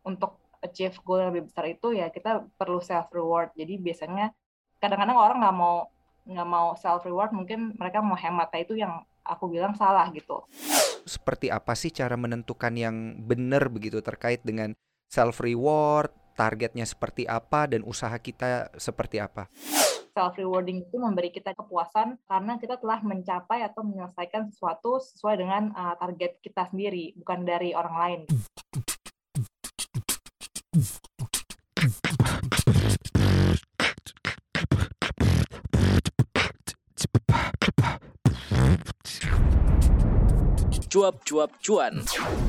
untuk achieve goal yang lebih besar itu ya kita perlu self reward. Jadi biasanya kadang-kadang orang nggak mau self reward, mungkin mereka mau hemat. Nah, itu yang aku bilang salah gitu. Seperti apa sih cara menentukan yang benar begitu terkait dengan self reward, targetnya seperti apa dan usaha kita seperti apa? Self rewarding itu memberi kita kepuasan karena kita telah mencapai atau menyelesaikan sesuatu sesuai dengan target kita sendiri, bukan dari orang lain. Cuap-cuap cuan.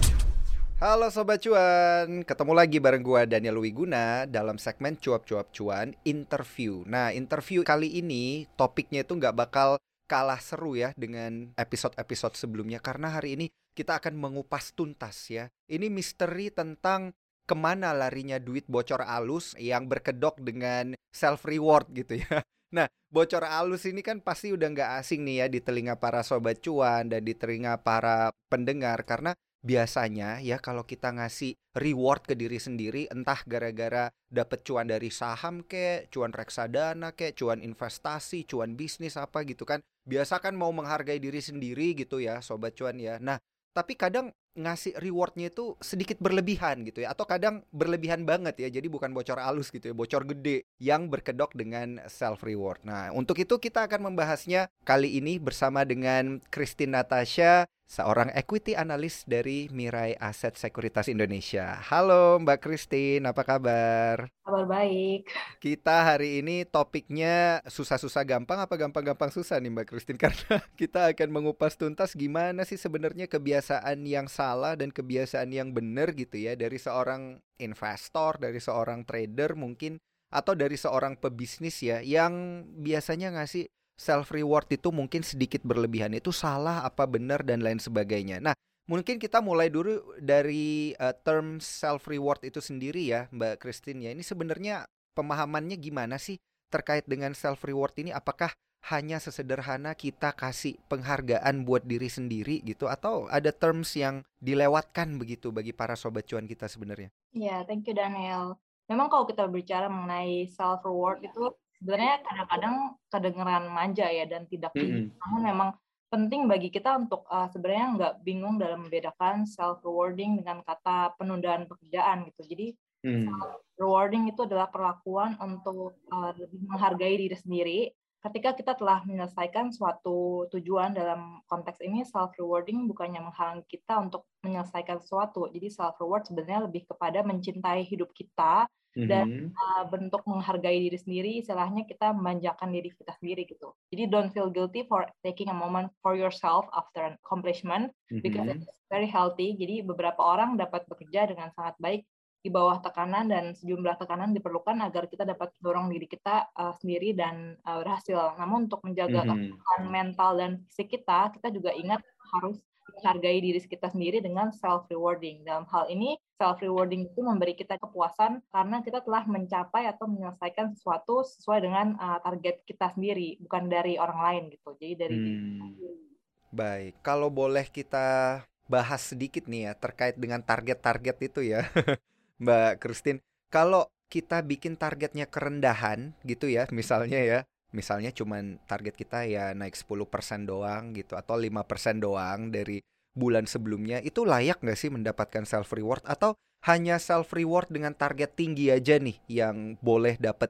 Halo Sobat Cuan, ketemu lagi bareng gua Daniel Wiguna dalam segmen Cuap-Cuap Cuan Interview. Nah, interview kali ini topiknya itu nggak bakal kalah seru ya dengan episode-episode sebelumnya, karena hari ini kita akan mengupas tuntas ya. Ini misteri tentang kemana larinya duit bocor alus yang berkedok dengan self-reward gitu ya. Nah, bocor alus ini kan pasti udah nggak asing nih ya di telinga para Sobat Cuan dan di telinga para pendengar, karena biasanya ya kalau kita ngasih reward ke diri sendiri, entah gara-gara dapet cuan dari saham kek, cuan reksadana kek, cuan investasi, cuan bisnis apa gitu kan. Biasa kan mau menghargai diri sendiri gitu ya Sobat Cuan ya. Nah, tapi kadang ngasih rewardnya itu sedikit berlebihan gitu ya, atau kadang berlebihan banget ya. Jadi bukan bocor halus gitu ya, bocor gede yang berkedok dengan self reward. Nah, untuk itu kita akan membahasnya kali ini bersama dengan Christine Natasha, seorang equity analyst dari Mirai Aset Sekuritas Indonesia. Halo Mbak Christine, apa kabar? Kabar baik. Kita hari ini topiknya susah-susah gampang apa gampang-gampang susah nih Mbak Christine? Karena kita akan mengupas tuntas gimana sih sebenarnya kebiasaan yang salah dan kebiasaan yang benar gitu ya, dari seorang investor, dari seorang trader mungkin, atau dari seorang pebisnis ya, yang biasanya ngasih self reward itu mungkin sedikit berlebihan. Itu salah apa benar dan lain sebagainya. Nah, mungkin kita mulai dulu dari term self reward itu sendiri ya Mbak Christine ya. Ini sebenarnya pemahamannya gimana sih terkait dengan self reward ini? Apakah hanya sesederhana kita kasih penghargaan buat diri sendiri gitu, atau ada terms yang dilewatkan begitu bagi para sobat cuan kita sebenarnya? Ya, thank you Daniel. Memang kalau kita bicara mengenai self reward itu sebenarnya kadang-kadang kedengeran manja ya dan tidak tinggi. Namun memang penting bagi kita untuk sebenarnya nggak bingung dalam membedakan self rewarding dengan kata penundaan pekerjaan gitu. Jadi self rewarding itu adalah perlakuan untuk lebih menghargai diri sendiri ketika kita telah menyelesaikan suatu tujuan. Dalam konteks ini self rewarding bukannya menghalangi kita untuk menyelesaikan sesuatu. Jadi self reward sebenarnya lebih kepada mencintai hidup kita dan bentuk menghargai diri sendiri, istilahnya kita memanjakan diri kita sendiri gitu. Jadi don't feel guilty for taking a moment for yourself after an accomplishment because it's very healthy. Jadi beberapa orang dapat bekerja dengan sangat baik di bawah tekanan, dan sejumlah tekanan diperlukan agar kita dapat dorong diri kita sendiri dan berhasil. Namun untuk menjaga kesehatan mental dan fisik kita juga ingat harus menghargai diri kita sendiri dengan self rewarding. Dalam hal ini self rewarding itu memberi kita kepuasan karena kita telah mencapai atau menyelesaikan sesuatu sesuai dengan target kita sendiri, bukan dari orang lain gitu. Jadi dari diri kita sendiri. Baik, kalau boleh kita bahas sedikit nih ya terkait dengan target-target itu ya. Mbak Christine, kalau kita bikin targetnya kerendahan gitu ya, misalnya cuman target kita ya naik 10% doang gitu, atau 5% doang dari bulan sebelumnya, itu layak nggak sih mendapatkan self reward, atau hanya self reward dengan target tinggi aja nih yang boleh dapat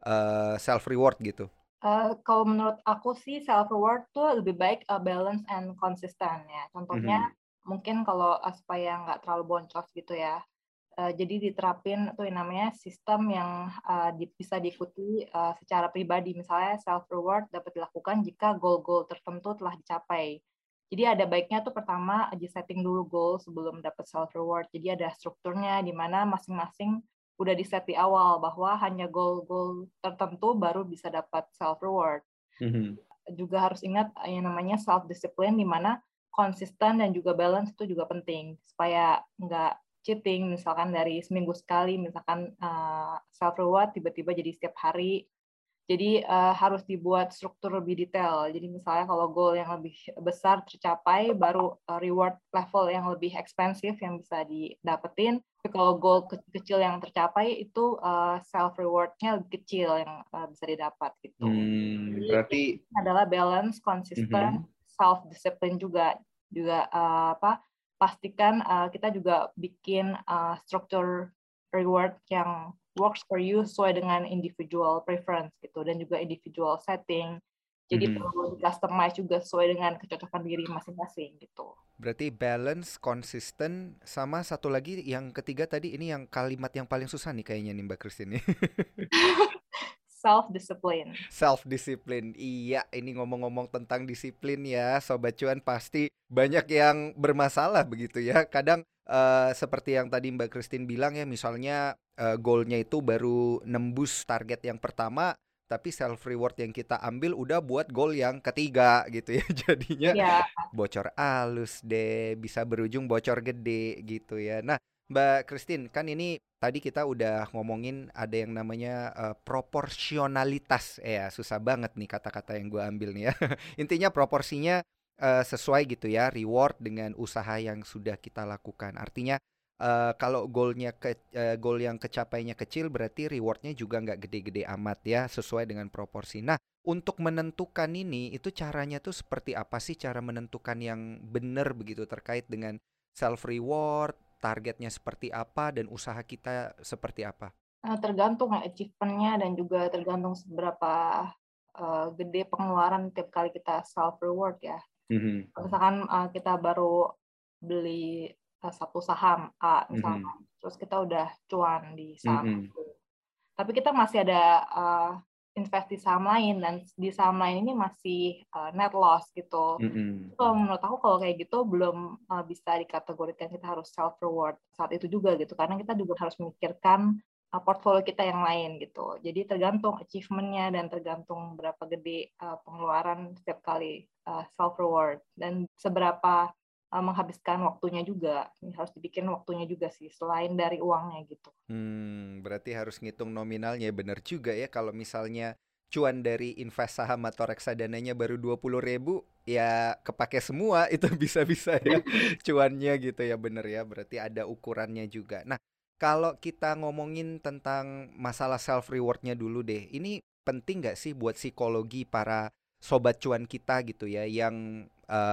self reward gitu? Kalau menurut aku sih self reward tuh lebih baik balance and konsisten ya. Contohnya mungkin kalau supaya nggak terlalu boncos gitu ya. Jadi diterapin tuh yang namanya sistem yang bisa diikuti secara pribadi. Misalnya self reward dapat dilakukan jika goal-goal tertentu telah dicapai. Jadi ada baiknya tuh pertama setting dulu goal sebelum dapat self reward. Jadi ada strukturnya di mana masing-masing udah di-set di awal bahwa hanya goal-goal tertentu baru bisa dapat self reward. Juga harus ingat yang namanya self discipline, di mana konsisten dan juga balance itu juga penting supaya nggak cheating, misalkan dari seminggu sekali misalkan self reward tiba-tiba jadi setiap hari. Jadi harus dibuat struktur lebih detail. Jadi misalnya kalau goal yang lebih besar tercapai, baru reward level yang lebih ekspensif yang bisa didapetin. Tapi kalau goal kecil yang tercapai itu self reward-nya lebih kecil yang bisa didapat gitu. Jadi Berarti adalah balance, konsisten, self discipline juga pastikan kita juga bikin struktur reward yang works for you sesuai dengan individual preference gitu dan juga individual setting. Jadi perlu di customize juga sesuai dengan kecocokan diri masing-masing gitu. Berarti balance, konsisten, sama satu lagi yang ketiga tadi ini yang kalimat yang paling susah nih kayaknya nih Mbak Christine. Self-discipline. Self-discipline. Iya, ini ngomong-ngomong tentang disiplin ya, Sobat Cuan pasti banyak yang bermasalah begitu ya. Kadang seperti yang tadi Mbak Christine bilang ya, misalnya goalnya itu baru nembus target yang pertama, tapi self reward yang kita ambil udah buat goal yang ketiga gitu ya. Jadinya bocor alus deh, bisa berujung bocor gede gitu ya. Nah, Mbak Christine, kan ini tadi kita udah ngomongin ada yang namanya proporsionalitas. Ya, susah banget nih kata-kata yang gue ambil nih ya. Intinya proporsinya sesuai gitu ya, reward dengan usaha yang sudah kita lakukan. Artinya kalau goal yang kecapainya kecil berarti rewardnya juga nggak gede-gede amat ya, sesuai dengan proporsi. Nah, untuk menentukan ini itu caranya tuh seperti apa sih cara menentukan yang benar begitu terkait dengan self reward, targetnya seperti apa dan usaha kita seperti apa? Tergantung achievement-nya dan juga tergantung seberapa gede pengeluaran tiap kali kita self reward ya. Misalkan kita baru beli satu saham A misalnya, terus kita udah cuan di saham itu, tapi kita masih ada invest di saham lain dan di saham lain ini masih net loss gitu. Kalau menurut aku kalau kayak gitu belum bisa dikategorikan kita harus self reward saat itu juga gitu, karena kita juga harus memikirkan portfolio kita yang lain gitu. Jadi tergantung achievement-nya dan tergantung berapa gede pengeluaran setiap kali self reward dan seberapa menghabiskan waktunya juga. Ini harus dibikin waktunya juga sih selain dari uangnya gitu. Berarti harus ngitung nominalnya. Bener juga ya, kalau misalnya cuan dari invest saham atau reksadananya baru 20.000, ya kepake semua itu bisa-bisa ya cuannya gitu ya, bener ya. Berarti ada ukurannya juga. Nah, kalau kita ngomongin tentang masalah self rewardnya dulu deh, ini penting nggak sih buat psikologi para sobat cuan kita gitu ya, yang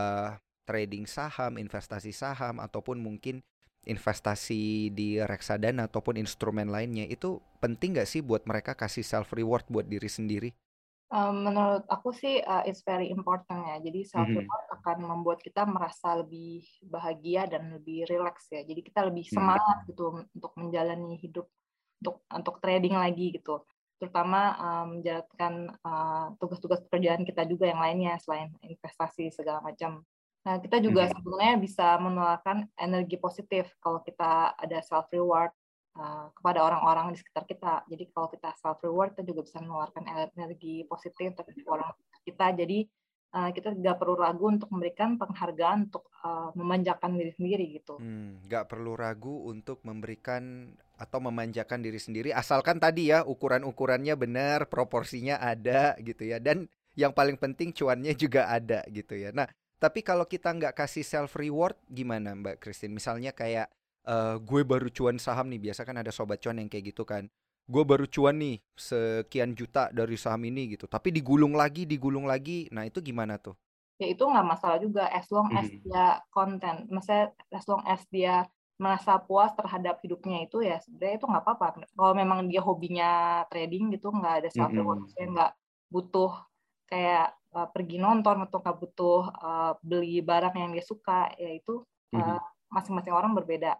trading saham, investasi saham, ataupun mungkin investasi di reksadana ataupun instrumen lainnya, itu penting nggak sih buat mereka kasih self reward buat diri sendiri? Menurut aku sih it's very important ya. Jadi self reward akan membuat kita merasa lebih bahagia dan lebih rileks ya. Jadi kita lebih semangat gitu untuk menjalani hidup, untuk trading lagi gitu. Terutama menjalankan tugas-tugas pekerjaan kita juga yang lainnya selain investasi segala macam. Nah, kita juga sebenarnya bisa menularkan energi positif kalau kita ada self reward kepada orang-orang di sekitar kita. Jadi kalau kita self reward, kita juga bisa mengeluarkan energi positif terhadap orang kita. Jadi kita tidak perlu ragu untuk memberikan penghargaan untuk memanjakan diri sendiri gitu. Nggak perlu ragu untuk memberikan atau memanjakan diri sendiri, asalkan tadi ya ukuran-ukurannya benar, proporsinya ada gitu ya, dan yang paling penting cuannya juga ada gitu ya. Nah, tapi kalau kita nggak kasih self reward gimana Mbak Christine? Misalnya kayak gue baru cuan saham nih, biasa kan ada sobat cuan yang kayak gitu kan. Gue baru cuan nih sekian juta dari saham ini gitu, tapi digulung lagi. Nah, itu gimana tuh? Ya itu nggak masalah juga, as long as dia konten. Maksudnya as long as dia merasa puas terhadap hidupnya itu ya sebenarnya itu nggak apa-apa. Kalau memang dia hobinya trading gitu, nggak ada self reward, maksudnya nggak butuh kayak pergi nonton atau nggak butuh beli barang yang dia suka, ya itu masing-masing orang berbeda.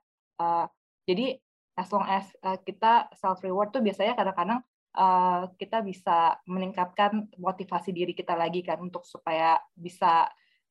Jadi as long as kita self reward tuh biasanya kadang-kadang kita bisa meningkatkan motivasi diri kita lagi kan untuk supaya bisa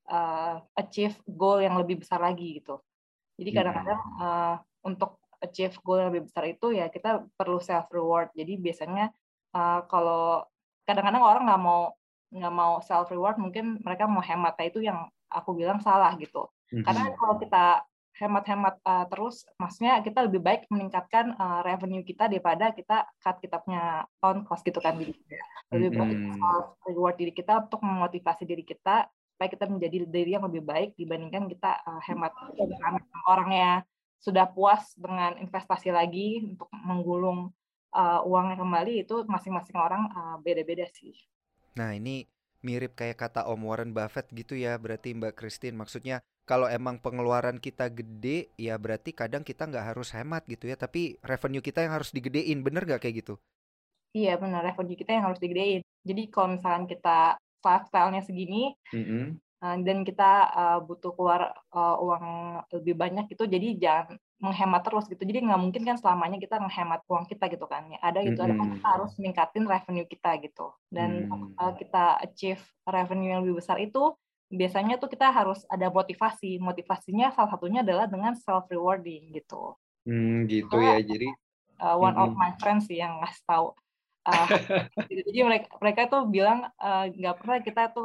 achieve goal yang lebih besar lagi gitu. Jadi kadang-kadang untuk achieve goal yang lebih besar itu ya kita perlu self reward. Jadi biasanya kalau kadang-kadang orang nggak mau self reward, mungkin mereka mau hemat. Nah, itu yang aku bilang salah gitu. Karena kalau kita hemat-hemat terus, maksudnya kita lebih baik meningkatkan revenue kita daripada kita punya on cost gitu kan diri kita. Lebih baik self reward diri kita untuk memotivasi diri kita supaya kita menjadi diri yang lebih baik dibandingkan kita hemat orangnya sudah puas dengan investasi lagi untuk menggulung uangnya kembali, itu masing-masing orang beda-beda sih. Nah, ini mirip kayak kata Om Warren Buffett gitu ya, berarti Mbak Christine. Maksudnya kalau emang pengeluaran kita gede, ya berarti kadang kita nggak harus hemat gitu ya, tapi revenue kita yang harus digedein, bener nggak kayak gitu? Iya benar, revenue kita yang harus digedein. Jadi kalau misalkan kita lifestyle-nya segini, dan kita butuh keluar uang lebih banyak gitu, jadi jangan menghemat terus gitu. Jadi nggak mungkin kan selamanya kita menghemat uang kita gitu kan. Ya, ada gitu, ada kita harus meningkatin revenue kita gitu. Dan kita achieve revenue yang lebih besar itu, biasanya tuh kita harus ada motivasi. Motivasinya salah satunya adalah dengan self rewarding gitu. Gitu ya. Jadi One of my friends sih yang ngasih tahu. Jadi mereka tuh bilang nggak pernah kita tuh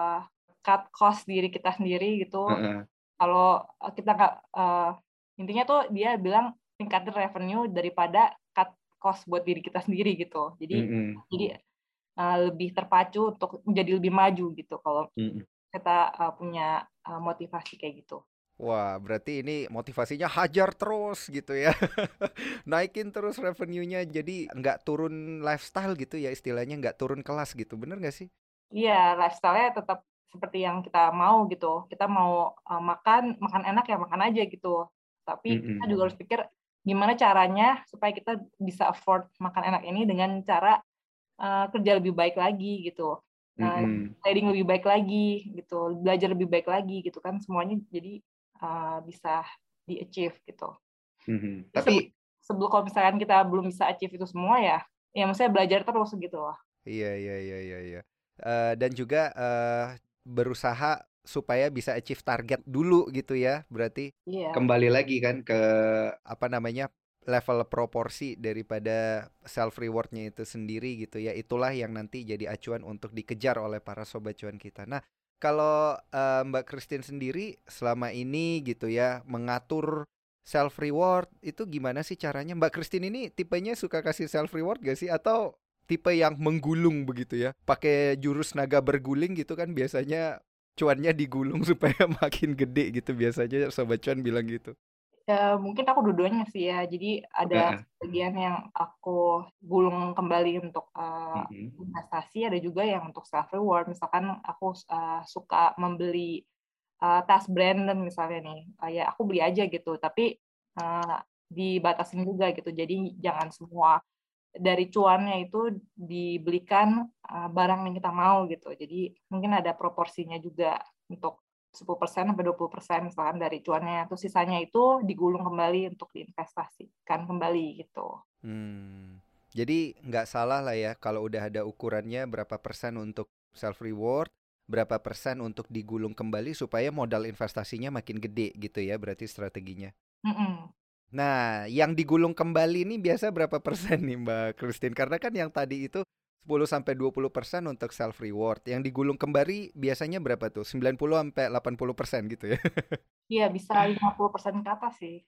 cut cost diri kita sendiri gitu. Kalau kita nggak, intinya tuh dia bilang tingkatin revenue daripada cut cost buat diri kita sendiri gitu. Jadi lebih terpacu untuk menjadi lebih maju gitu kalau kita punya motivasi kayak gitu. Wah, berarti ini motivasinya hajar terus gitu ya. Naikin terus revenue-nya, jadi nggak turun lifestyle gitu ya, istilahnya nggak turun kelas gitu, bener nggak sih? Iya, lifestyle-nya tetap seperti yang kita mau gitu. Kita mau makan enak ya makan aja gitu. Tapi kita juga harus pikir gimana caranya supaya kita bisa afford makan enak ini dengan cara kerja lebih baik lagi gitu. Trading lebih baik lagi gitu, belajar lebih baik lagi gitu kan, semuanya jadi bisa di-achieve gitu. Tapi sebelum kalau misalkan kita belum bisa achieve itu semua ya maksudnya belajar terus gitu loh. iya. Dan juga berusaha supaya bisa achieve target dulu gitu ya. Berarti Iya. kembali lagi kan ke apa namanya, level proporsi daripada self rewardnya itu sendiri gitu ya. Itulah yang nanti jadi acuan untuk dikejar oleh para sobat cuan kita. Nah, kalau Mbak Christine sendiri selama ini gitu ya mengatur self reward itu gimana sih caranya? Mbak Christine ini tipenya suka kasih self reward gak sih, atau tipe yang menggulung begitu ya? Pakai jurus naga berguling gitu kan biasanya, cuannya digulung supaya makin gede gitu, biasanya sobat cuan bilang gitu. Ya, mungkin aku dua-duanya sih ya. Jadi ada bagian yang aku gulung kembali untuk investasi, ada juga yang untuk self reward. Misalkan aku suka membeli tas branded misalnya nih, kayak aku beli aja gitu, tapi dibatasin juga gitu. Jadi jangan semua dari cuannya itu dibelikan barang yang kita mau gitu. Jadi mungkin ada proporsinya juga untuk 10% sampai 20% misalkan dari cuannya, terus sisanya itu digulung kembali untuk diinvestasikan kembali gitu. Jadi nggak salah lah ya kalau udah ada ukurannya berapa persen untuk self reward, berapa persen untuk digulung kembali supaya modal investasinya makin gede gitu ya, berarti strateginya. Nah, yang digulung kembali ini biasa berapa persen nih Mbak Christine? Karena kan yang tadi itu 10-20% untuk self reward. Yang digulung kembali biasanya berapa tuh? 90-80% gitu ya. Iya, bisa 50% ke atas sih.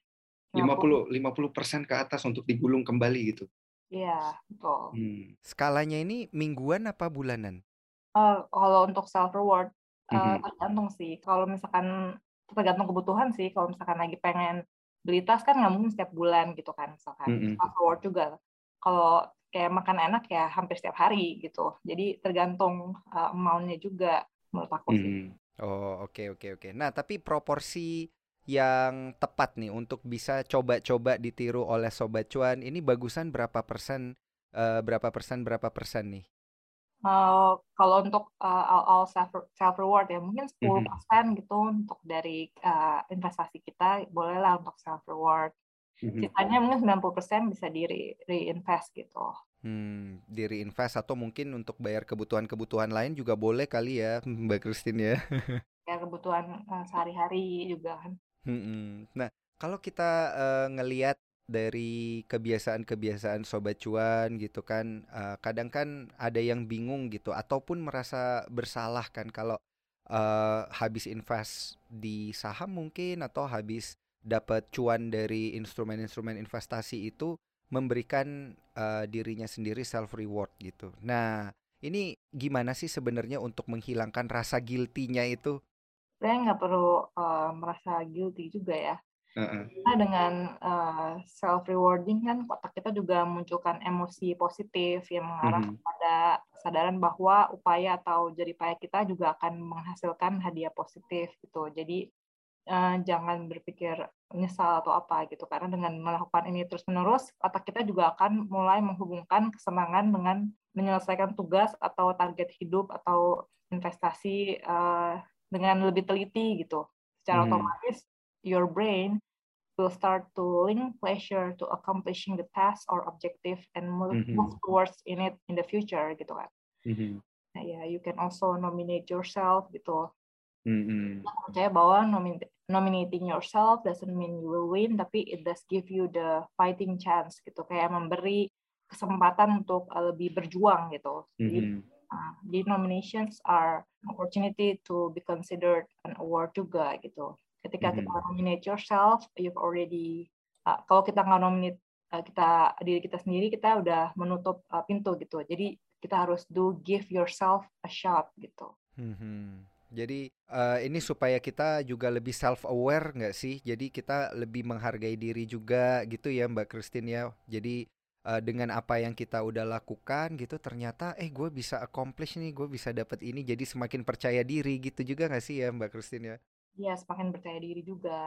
50% ke atas untuk digulung kembali gitu. Iya, betul. Skalanya ini mingguan apa bulanan? Kalau untuk self reward tergantung sih. Kalau misalkan tergantung kebutuhan sih. Kalau misalkan lagi pengen beli tas kan nggak mungkin setiap bulan gitu kan, misalkan self reward juga. Kalau kayak makan enak ya hampir setiap hari gitu. Jadi tergantung amount-nya juga menurut aku sih. Oh, oke. Nah, tapi proporsi yang tepat nih untuk bisa coba-coba ditiru oleh sobat cuan ini bagusan berapa persen, berapa persen nih? Kalau untuk all self reward ya mungkin 10% gitu untuk dari investasi kita, bolehlah untuk self reward. Sisanya mungkin 90% bisa di reinvest gitu. Di reinvest atau mungkin untuk bayar kebutuhan-kebutuhan lain juga boleh kali ya, Mbak Christine ya. Ya kebutuhan sehari-hari juga kan. Nah, kalau kita ngelihat dari kebiasaan-kebiasaan sobat cuan gitu kan, kadang kan ada yang bingung gitu ataupun merasa bersalah kan kalau habis invest di saham mungkin atau habis dapat cuan dari instrumen-instrumen investasi itu memberikan dirinya sendiri self reward gitu. Nah, ini gimana sih sebenarnya untuk menghilangkan rasa guilty-nya itu? Sebenarnya nggak perlu merasa guilty juga ya. Nah, dengan self rewarding kan otak kita juga munculkan emosi positif yang mengarah kepada kesadaran bahwa upaya atau jeripaya kita juga akan menghasilkan hadiah positif gitu. Jadi jangan berpikir menyesal atau apa gitu, karena dengan melakukan ini terus-menerus otak kita juga akan mulai menghubungkan kesenangan dengan menyelesaikan tugas atau target hidup atau investasi dengan lebih teliti gitu. Secara otomatis your brain will start to link pleasure to accomplishing the task or objective and move towards in it in the future gitu kan. Nah, ya, you can also nominate yourself gitu. Aku percaya bahwa nominating yourself doesn't mean you will win, tapi it does give you the fighting chance gitu, kayak memberi kesempatan untuk lebih berjuang gitu. Jadi nominations are opportunity to be considered an award juga gitu. Ketika kita nominate yourself, you've already kalau kita nggak nominate diri kita sendiri, kita udah menutup pintu gitu. Jadi kita harus give yourself a shot gitu. Jadi ini supaya kita juga lebih self-aware nggak sih? Jadi kita lebih menghargai diri juga gitu ya Mbak Christine ya. Jadi dengan apa yang kita udah lakukan gitu ternyata gue bisa accomplish nih, gue bisa dapat ini, jadi semakin percaya diri gitu juga nggak sih ya Mbak Christine ya? Iya, semakin percaya diri juga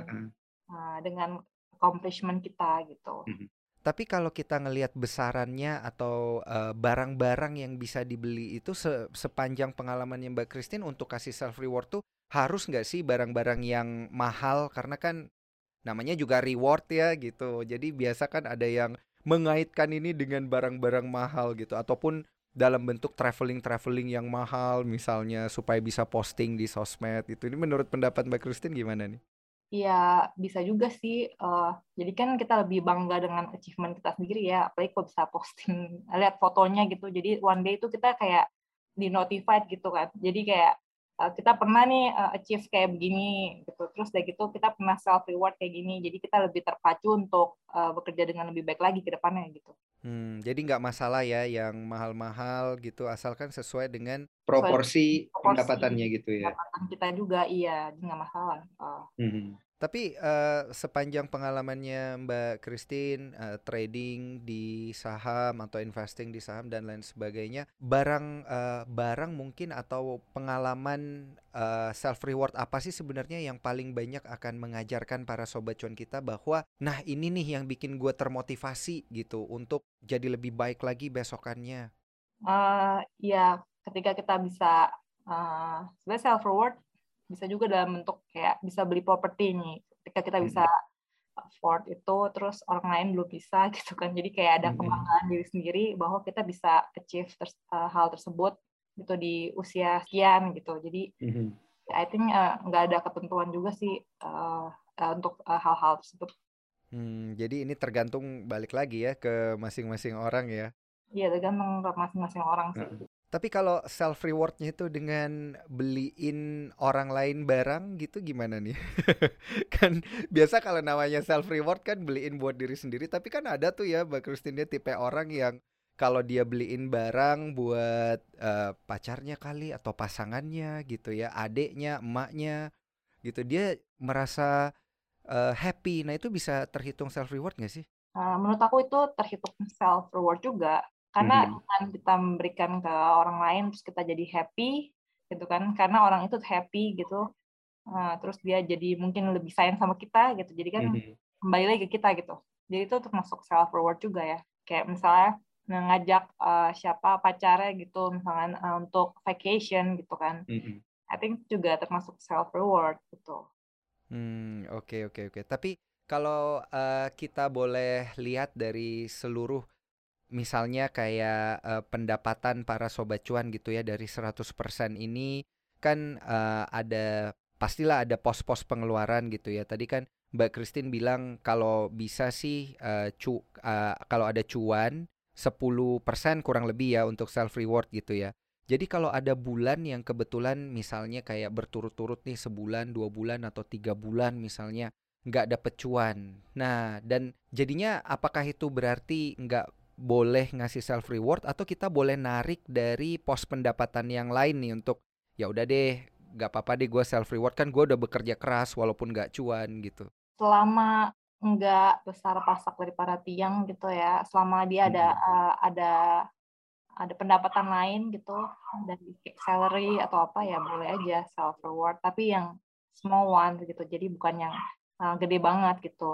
dengan accomplishment kita gitu. Tapi kalau kita ngelihat besarannya atau barang-barang yang bisa dibeli itu sepanjang pengalamannya Mbak Christine untuk kasih self reward tuh harus nggak sih barang-barang yang mahal, karena kan namanya juga reward ya gitu. Jadi biasa kan ada yang mengaitkan ini dengan barang-barang mahal gitu, ataupun dalam bentuk traveling yang mahal misalnya supaya bisa posting di sosmed itu. Ini menurut pendapat Mbak Christine gimana nih? Iya, bisa juga sih. Jadi kan kita lebih bangga dengan achievement kita sendiri ya, apalagi kalau bisa posting, lihat fotonya gitu. Jadi one day itu kita kayak di-notified gitu kan. Jadi kayak kita pernah nih achieve kayak begini gitu. Terus dari gitu kita pernah self reward kayak gini. Jadi kita lebih terpacu untuk bekerja dengan lebih baik lagi ke depannya gitu. Jadi nggak masalah ya yang mahal-mahal gitu, asalkan sesuai dengan proporsi pendapatannya gitu ya. Pendapatan kita juga, iya, nggak masalah. Tapi sepanjang pengalamannya Mbak Christine trading di saham atau investing di saham dan lain sebagainya, barang mungkin atau pengalaman self reward apa sih sebenarnya yang paling banyak akan mengajarkan para sobat cuan kita bahwa nah ini nih yang bikin gue termotivasi gitu untuk jadi lebih baik lagi besokannya? Ya, ketika kita bisa sebenarnya self reward bisa juga dalam bentuk kayak bisa beli properti nih. Ketika kita bisa afford itu, terus orang lain belum bisa gitu kan. Jadi kayak ada kebanggaan diri sendiri bahwa kita bisa achieve hal tersebut gitu di usia sekian gitu. Jadi I think nggak ada ketentuan juga sih untuk hal-hal tersebut. Jadi ini tergantung balik lagi ya ke masing-masing orang ya. Iya, tergantung ke masing-masing orang sih. Tapi kalau self rewardnya itu dengan beliin orang lain barang gitu gimana nih? Kan biasa kalau namanya self reward kan beliin buat diri sendiri, tapi kan ada tuh ya Mbak Christine, dia tipe orang yang kalau dia beliin barang buat pacarnya kali atau pasangannya gitu ya, adeknya, emaknya gitu, dia merasa happy. Nah itu bisa terhitung self reward nggak sih? Menurut aku itu terhitung self reward juga. Karena dengan kita memberikan ke orang lain terus kita jadi happy gitu kan, karena orang itu happy gitu, terus dia jadi mungkin lebih sayang sama kita gitu, jadi kan kembali lagi ke kita gitu. Jadi itu termasuk self reward juga ya, kayak misalnya ngajak siapa pacarnya gitu misalnya untuk vacation gitu kan, I think juga termasuk self reward gitu. Oke. Tapi kalau kita boleh lihat dari seluruh misalnya kayak pendapatan para sobat cuan gitu ya, dari 100% ini kan pastilah ada pos-pos pengeluaran gitu ya. Tadi kan Mbak Christine bilang kalau bisa sih kalau ada cuan 10% kurang lebih ya untuk self reward gitu ya. Jadi kalau ada bulan yang kebetulan misalnya kayak berturut-turut nih sebulan, 2 bulan atau 3 bulan misalnya nggak dapet cuan. Nah, dan jadinya apakah itu berarti nggak boleh ngasih self reward atau kita boleh narik dari pos pendapatan yang lain nih untuk ya udah deh, nggak apa-apa deh gue self reward, kan gue udah bekerja keras walaupun nggak cuan gitu. selama nggak besar pasak daripada tiang gitu ya, selama dia ada pendapatan lain gitu dari salary atau apa ya boleh aja self reward, tapi yang small one gitu, jadi bukan yang gede banget gitu.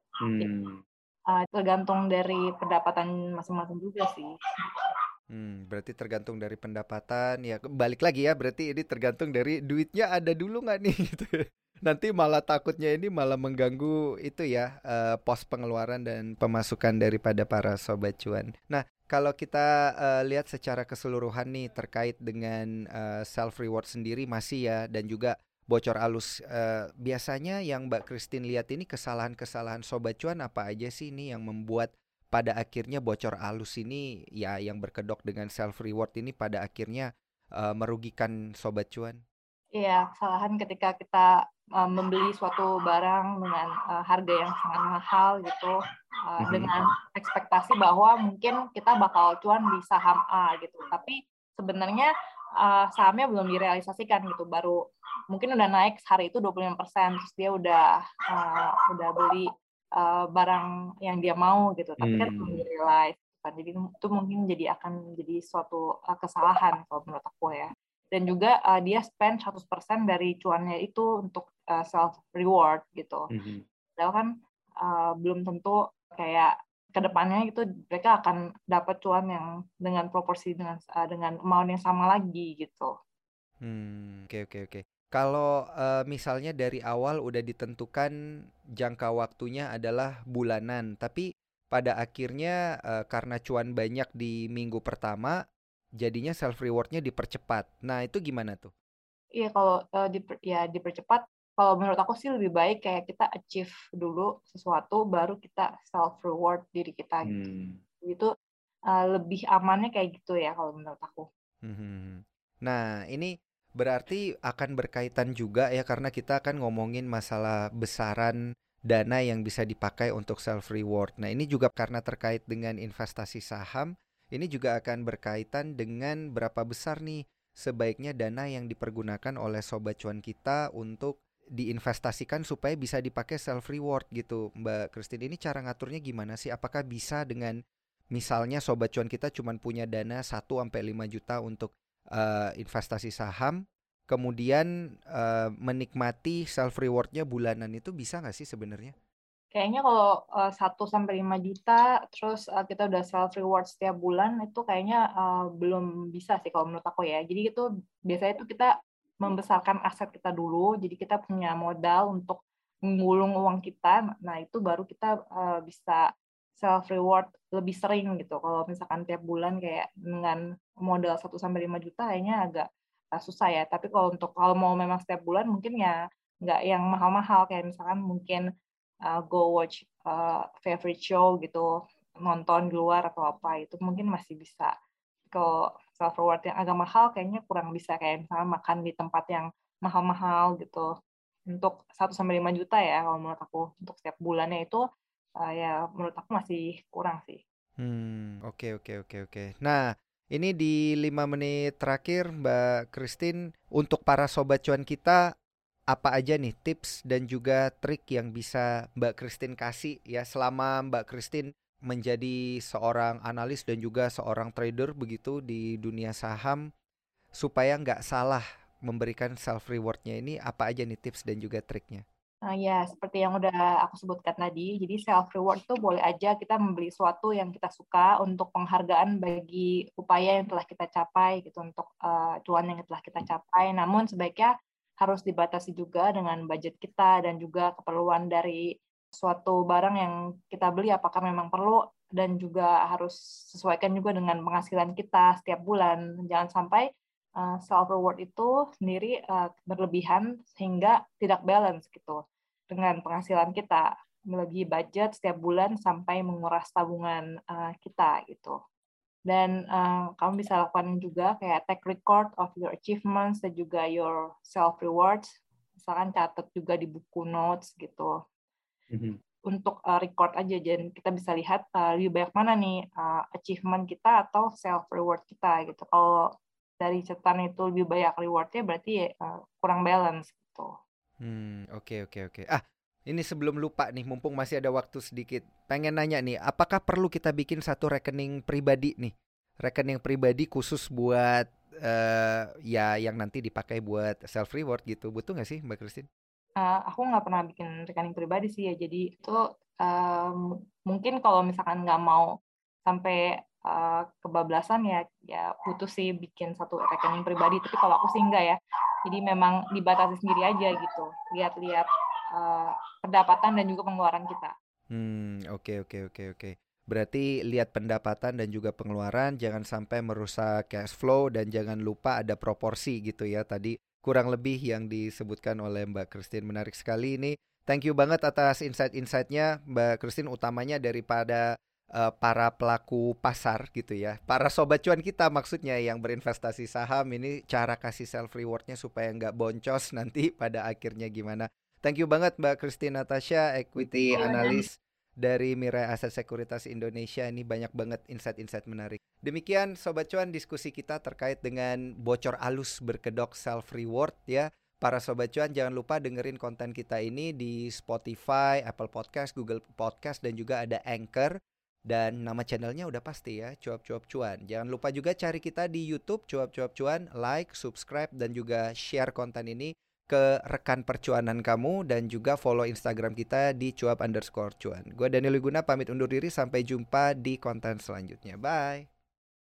Tergantung dari pendapatan masing-masing juga sih. Berarti tergantung dari pendapatan ya, balik lagi ya, berarti ini tergantung dari duitnya ada dulu nggak nih gitu. Nanti malah takutnya ini malah mengganggu itu ya, pos pengeluaran dan pemasukan daripada para sobat cuan. Nah, kalau kita lihat secara keseluruhan nih terkait dengan self reward sendiri masih ya, dan juga bocor alus, biasanya yang Mbak Christine lihat ini kesalahan-kesalahan sobat cuan apa aja sih ini yang membuat pada akhirnya bocor alus ini ya, yang berkedok dengan self reward ini pada akhirnya merugikan sobat cuan? Iya, kesalahan ketika kita membeli suatu barang dengan harga yang sangat mahal gitu, dengan ekspektasi bahwa mungkin kita bakal cuan di saham A gitu, tapi sebenarnya sahamnya belum direalisasikan gitu, baru mungkin udah naik hari itu 25%, terus dia udah beli barang yang dia mau gitu, tapi kan belum di-realize kan. Jadi itu mungkin akan jadi suatu kesalahan kalau menurut aku ya. Dan juga dia spend 100% dari cuannya itu untuk self reward gitu. Padahal kan belum tentu kayak kedepannya gitu mereka akan dapat cuan yang dengan proporsi dengan amount yang sama lagi gitu. Oke. Kalau misalnya dari awal udah ditentukan jangka waktunya adalah bulanan, tapi pada akhirnya karena cuan banyak di minggu pertama, jadinya self rewardnya dipercepat. Nah, itu gimana tuh? Iya, kalau dipercepat, kalau menurut aku sih lebih baik kayak kita achieve dulu sesuatu, baru kita self reward diri kita gitu. Itu lebih amannya kayak gitu ya kalau menurut aku. Nah, ini berarti akan berkaitan juga ya, karena kita akan ngomongin masalah besaran dana yang bisa dipakai untuk self reward. Nah, ini juga karena terkait dengan investasi saham, ini juga akan berkaitan dengan berapa besar nih sebaiknya dana yang dipergunakan oleh sobat cuan kita untuk diinvestasikan supaya bisa dipakai self reward gitu. Mbak Christine, ini cara ngaturnya gimana sih? Apakah bisa dengan misalnya sobat cuan kita cuma punya dana 1-5 juta untuk investasi saham, kemudian menikmati self rewardnya bulanan, itu bisa nggak sih sebenarnya? Kayaknya kalau 1-5 juta, terus kita udah self reward setiap bulan, itu kayaknya belum bisa sih kalau menurut aku ya. Jadi itu biasanya itu kita membesarkan aset kita dulu, jadi kita punya modal untuk menggulung uang kita, nah itu baru kita bisa self reward lebih sering gitu. Kalau misalkan tiap bulan kayak dengan modal 1-5 juta kayaknya agak susah ya. Tapi kalau mau memang setiap bulan mungkin ya nggak yang mahal-mahal, kayak misalkan mungkin go watch favorite show gitu, nonton di luar atau apa, itu mungkin masih bisa. Kalau self reward yang agak mahal kayaknya kurang bisa, kayak misalnya makan di tempat yang mahal-mahal gitu. Untuk 1-5 juta ya kalau menurut aku, untuk setiap bulannya itu ya menurut aku masih kurang sih. Oke. Nah, ini di 5 menit terakhir Mbak Christine, untuk para sobat cuan kita, apa aja nih tips dan juga trik yang bisa Mbak Christine kasih ya, selama Mbak Christine menjadi seorang analis dan juga seorang trader begitu di dunia saham, supaya nggak salah memberikan self rewardnya ini, apa aja nih tips dan juga triknya? Ya, seperti yang udah aku sebutkan tadi, jadi self reward itu boleh aja kita membeli sesuatu yang kita suka untuk penghargaan bagi upaya yang telah kita capai gitu, untuk cuan yang telah kita capai. Namun sebaiknya harus dibatasi juga dengan budget kita dan juga keperluan dari suatu barang yang kita beli, apakah memang perlu, dan juga harus sesuaikan juga dengan penghasilan kita setiap bulan. Jangan sampai self reward itu sendiri berlebihan sehingga tidak balance gitu dengan penghasilan kita, melebihi budget setiap bulan sampai menguras tabungan kita gitu. Dan kamu bisa lakukan juga kayak take record of your achievements dan juga your self rewards, misalkan catat juga di buku notes gitu. Untuk record aja, dan kita bisa lihat lebih banyak mana nih achievement kita atau self reward kita gitu. Kalau dari catatan itu lebih banyak rewardnya, berarti kurang balance gitu. Oke. Ini sebelum lupa nih, mumpung masih ada waktu sedikit, pengen nanya nih, apakah perlu kita bikin satu rekening pribadi nih? Rekening pribadi khusus buat ya yang nanti dipakai buat self reward gitu, butuh nggak sih Mbak Christine? Aku nggak pernah bikin rekening pribadi sih ya, jadi itu mungkin kalau misalkan nggak mau sampai kebablasan ya butuh sih bikin satu rekening pribadi. Tapi kalau aku sih enggak ya, jadi memang dibatasi sendiri aja gitu, lihat-lihat pendapatan dan juga pengeluaran kita. Oke. Berarti lihat pendapatan dan juga pengeluaran, jangan sampai merusak cash flow dan jangan lupa ada proporsi gitu ya. Tadi kurang lebih yang disebutkan oleh Mbak Christine, menarik sekali ini. Thank you banget atas insight-insightnya Mbak Christine, utamanya daripada para pelaku pasar gitu ya. Para sobat cuan kita maksudnya yang berinvestasi saham, ini cara kasih self rewardnya supaya nggak boncos nanti pada akhirnya gimana. Thank you banget Mbak Christine Natasha, equity analyst dari Mirai Aset Sekuritas Indonesia. Ini banyak banget insight-insight menarik. Demikian Sobat Cuan diskusi kita terkait dengan bocor alus berkedok self reward ya. Para Sobat Cuan jangan lupa dengerin konten kita ini di Spotify, Apple Podcast, Google Podcast dan juga ada Anchor. Dan nama channelnya udah pasti ya, Cuap-Cuap Cuan. Jangan lupa juga cari kita di YouTube Cuap-Cuap Cuan, like, subscribe dan juga share konten ini ke rekan percuanan kamu dan juga follow Instagram kita di cuap_cuan. Gue Daniel Wiguna pamit undur diri, sampai jumpa di konten selanjutnya. Bye.